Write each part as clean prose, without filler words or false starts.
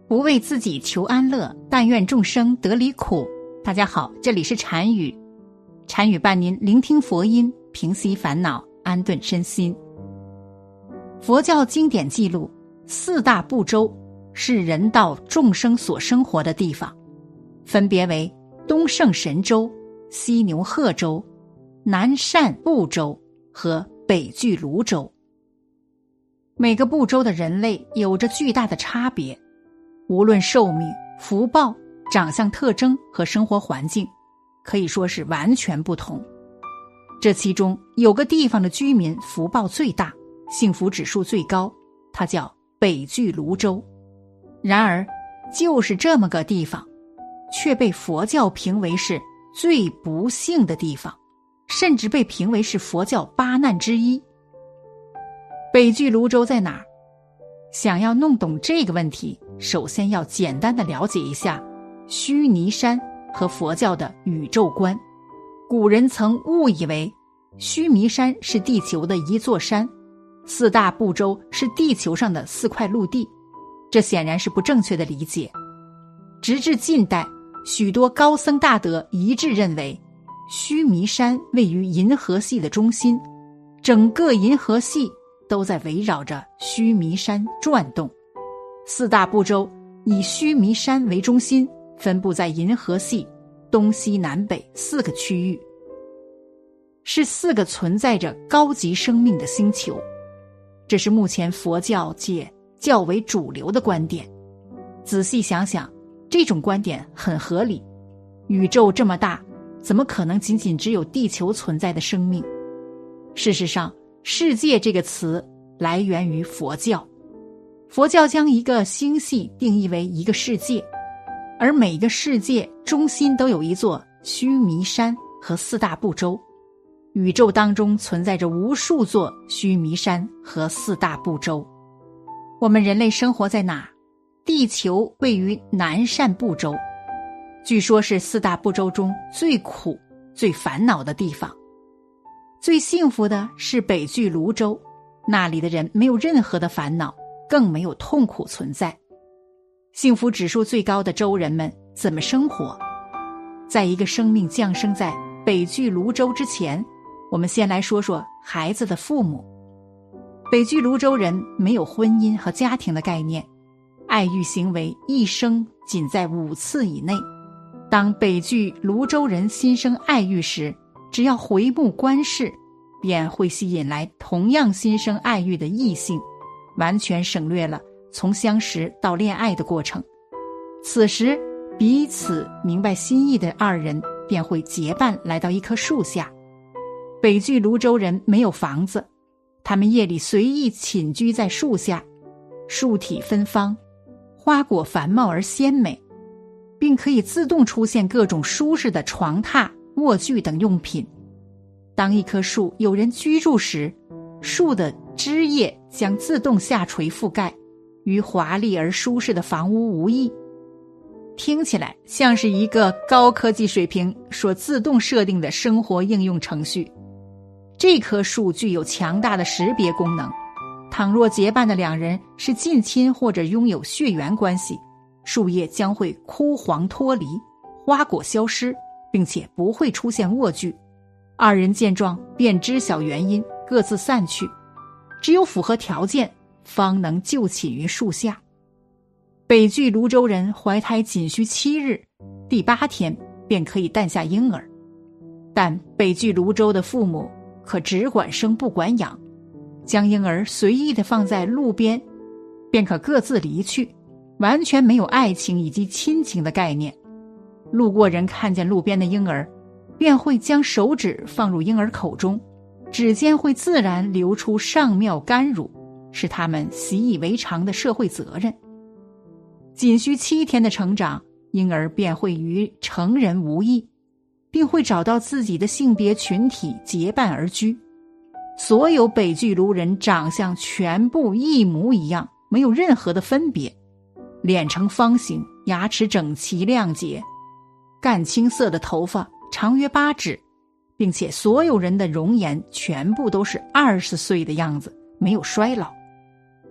不为自己求安乐，但愿众生得离苦。大家好，这里是禅语，禅语伴您聆听佛音，平息烦恼，安顿身心。佛教经典记录，四大部洲是人道众生所生活的地方，分别为东胜神州、西牛贺州、南赡部洲和北俱泸州。每个部洲的人类有着巨大的差别，无论寿命、福报、长相特征和生活环境，可以说是完全不同。这其中有个地方的居民福报最大，幸福指数最高，它叫北俱泸州。然而就是这么个地方，却被佛教评为是最不幸的地方，甚至被评为是佛教八难之一。北俱泸州在哪儿？想要弄懂这个问题，首先要简单的了解一下须弥山和佛教的宇宙观。古人曾误以为须弥山是地球的一座山，四大部洲是地球上的4块陆地，这显然是不正确的理解。直至近代，许多高僧大德一致认为，须弥山位于银河系的中心，整个银河系都在围绕着须弥山转动。四大部洲以须弥山为中心，分布在银河系东西南北4个区域，是4个存在着高级生命的星球。这是目前佛教界较为主流的观点。仔细想想，这种观点很合理。宇宙这么大，怎么可能仅仅只有地球存在的生命？事实上，世界这个词来源于佛教。佛教将一个星系定义为一个世界，而每个世界中心都有一座须弥山和4大部洲。宇宙当中存在着无数座须弥山和4大部洲。我们人类生活在哪？地球位于南赡部洲，据说是4大部洲中最苦、最烦恼的地方。最幸福的是北俱泸州，那里的人没有任何的烦恼，更没有痛苦存在。幸福指数最高的州人们怎么生活？在一个生命降生在北俱泸州之前，我们先来说说孩子的父母。北俱泸州人没有婚姻和家庭的概念，爱欲行为一生仅在5次以内。当北俱泸州人心生爱欲时，只要回目观视，便会吸引来同样心生爱欲的异性，完全省略了从相识到恋爱的过程。此时彼此明白心意的2人便会结伴来到一棵树下。北俱泸州人没有房子，他们夜里随意寝居在树下，树体芬芳，花果繁茂而鲜美，并可以自动出现各种舒适的床榻、卧具等用品。当一棵树有人居住时，树的枝叶将自动下垂覆盖，与华丽而舒适的房屋无异。听起来像是一个高科技水平所自动设定的生活应用程序。这棵树具有强大的识别功能，倘若结伴的2人是近亲或者拥有血缘关系，树叶将会枯黄脱离，花果消失，并且不会出现卧具。2人见状便知晓原因，各自散去。只有符合条件，方能就寝于树下。北俱泸州人怀胎仅需7日，第8天便可以诞下婴儿。但北俱泸州的父母可只管生不管养，将婴儿随意地放在路边，便可各自离去，完全没有爱情以及亲情的概念。路过人看见路边的婴儿，便会将手指放入婴儿口中，指尖会自然流出上妙甘乳，是他们习以为常的社会责任。仅需7天的成长，婴儿便会与成人无异，并会找到自己的性别群体结伴而居。所有北俱泸人长相全部一模一样，没有任何的分别，脸呈方形，牙齿整齐亮洁，淡青色的头发长约8指，并且所有人的容颜全部都是20岁的样子，没有衰老。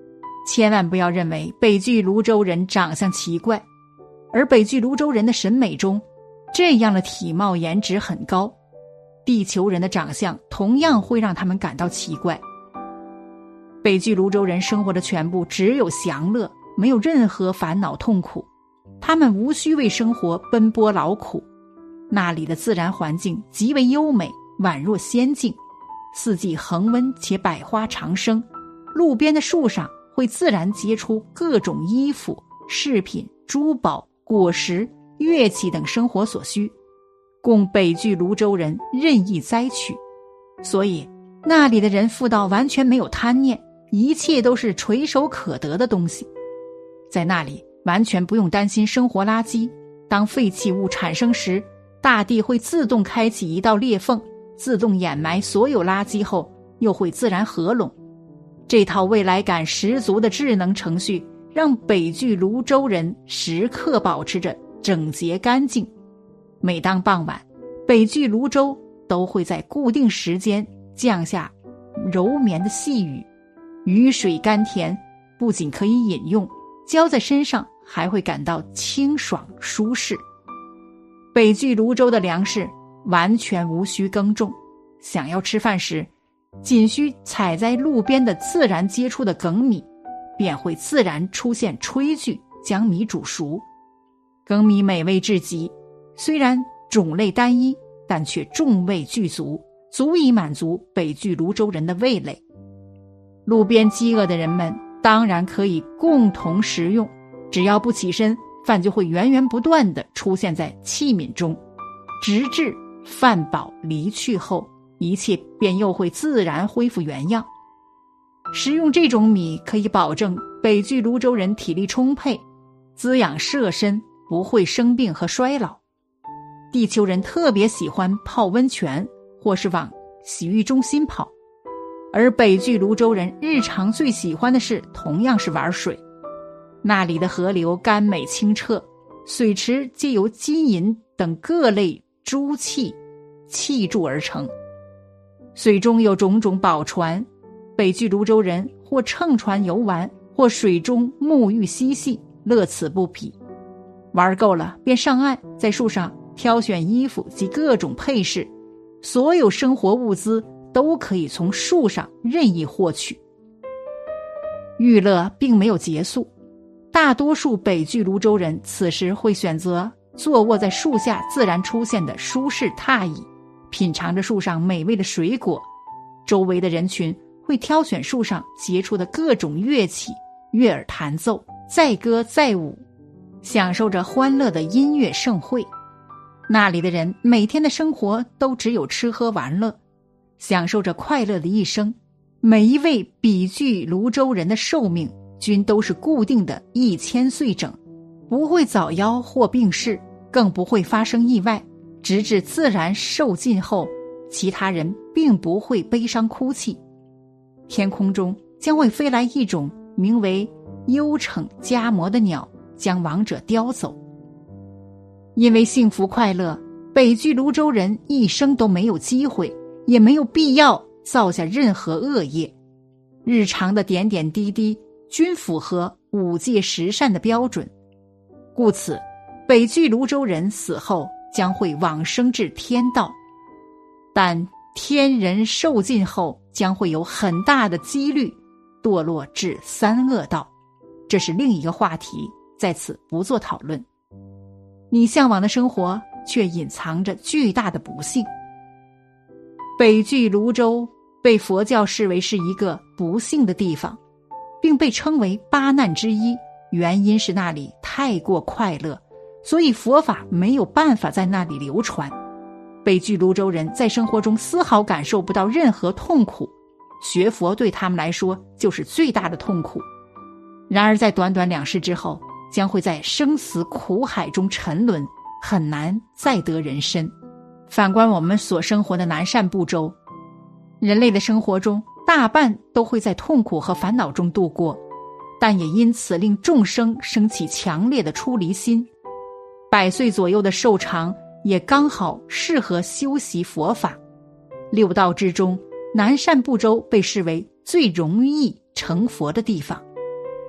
千万不要认为北距泸州人长相奇怪，而北距泸州人的审美中，这样的体貌颜值很高，地球人的长相同样会让他们感到奇怪。北距泸州人生活的全部只有享乐，没有任何烦恼痛苦，他们无需为生活奔波劳苦。那里的自然环境极为优美，宛若仙境，四季恒温且百花长生，路边的树上会自然结出各种衣服、饰品、珠宝、果实、乐器等生活所需，供北距泸州人任意摘取。所以那里的人富到完全没有贪念，一切都是垂手可得的东西。在那里完全不用担心生活垃圾，当废弃物产生时，大地会自动开启一道裂缝，自动掩埋所有垃圾后又会自然合拢。这套未来感十足的智能程序让北距泸州人时刻保持着整洁干净。每当傍晚，北距泸州都会在固定时间降下柔绵的细雨，雨水甘甜，不仅可以饮用，浇在身上还会感到清爽舒适。北距泸州的粮食完全无需耕种，想要吃饭时，仅需采在路边的自然结出的梗米，便会自然出现炊具将米煮熟。梗米美味至极，虽然种类单一，但却众味俱足，足以满足北距泸州人的味蕾。路边饥饿的人们当然可以共同食用，只要不起身，饭就会源源不断地出现在器皿中，直至饭饱离去后，一切便又会自然恢复原样。食用这种米可以保证北距泸州人体力充沛，滋养摄身，不会生病和衰老。地球人特别喜欢泡温泉或是往洗浴中心跑，而北距泸州人日常最喜欢的事同样是玩水。那里的河流甘美清澈，水池皆由金银等各类珠器砌筑而成，水中有种种宝船，北距泸州人或乘船游玩，或水中沐浴嬉戏，乐此不疲。玩够了便上岸，在树上挑选衣服及各种配饰，所有生活物资都可以从树上任意获取。娱乐并没有结束，大多数北距泸州人此时会选择坐卧在树下自然出现的舒适榻椅，品尝着树上美味的水果。周围的人群会挑选树上结出的各种乐器，悦耳弹奏，载歌载舞，享受着欢乐的音乐盛会。那里的人每天的生活都只有吃喝玩乐，享受着快乐的一生。每一位北距泸州人的寿命均都是固定的1000岁整，不会早夭或病逝，更不会发生意外，直至自然寿尽后，其他人并不会悲伤哭泣。天空中将会飞来一种名为幽骋葭魔的鸟，将亡者叼走。因为幸福快乐，北距泸州人一生都没有机会，也没有必要造下任何恶业，日常的点点滴滴均符合5戒10善的标准，故此北距泸州人死后将会往生至天道，但天人寿尽后将会有很大的几率堕落至3恶道，这是另一个话题，在此不做讨论。你向往的生活却隐藏着巨大的不幸。北距泸州被佛教视为是一个不幸的地方，并被称为8难之一，原因是那里太过快乐，所以佛法没有办法在那里流传。北距泸州人在生活中丝毫感受不到任何痛苦，学佛对他们来说就是最大的痛苦。然而在短短2世之后，将会在生死苦海中沉沦，很难再得人身。反观我们所生活的南赡部洲，人类的生活中大半都会在痛苦和烦恼中度过，但也因此令众生升起强烈的出离心。100岁左右的寿长也刚好适合修习佛法。6道之中，南赡部洲被视为最容易成佛的地方。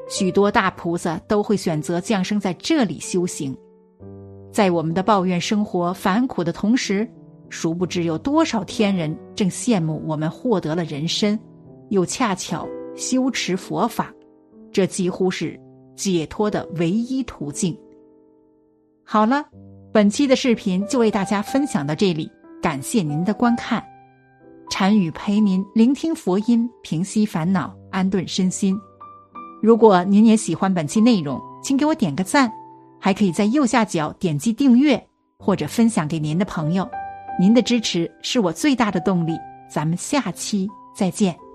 许多大菩萨都会选择降生在这里修行。在我们的抱怨生活烦苦的同时，殊不知有多少天人正羡慕我们获得了人身，又恰巧修持佛法，这几乎是解脱的唯一途径。好了，本期的视频就为大家分享到这里，感谢您的观看。禅语陪您聆听佛音，平息烦恼，安顿身心。如果您也喜欢本期内容，请给我点个赞，还可以在右下角点击订阅或者分享给您的朋友。您的支持是我最大的动力。咱们下期再见。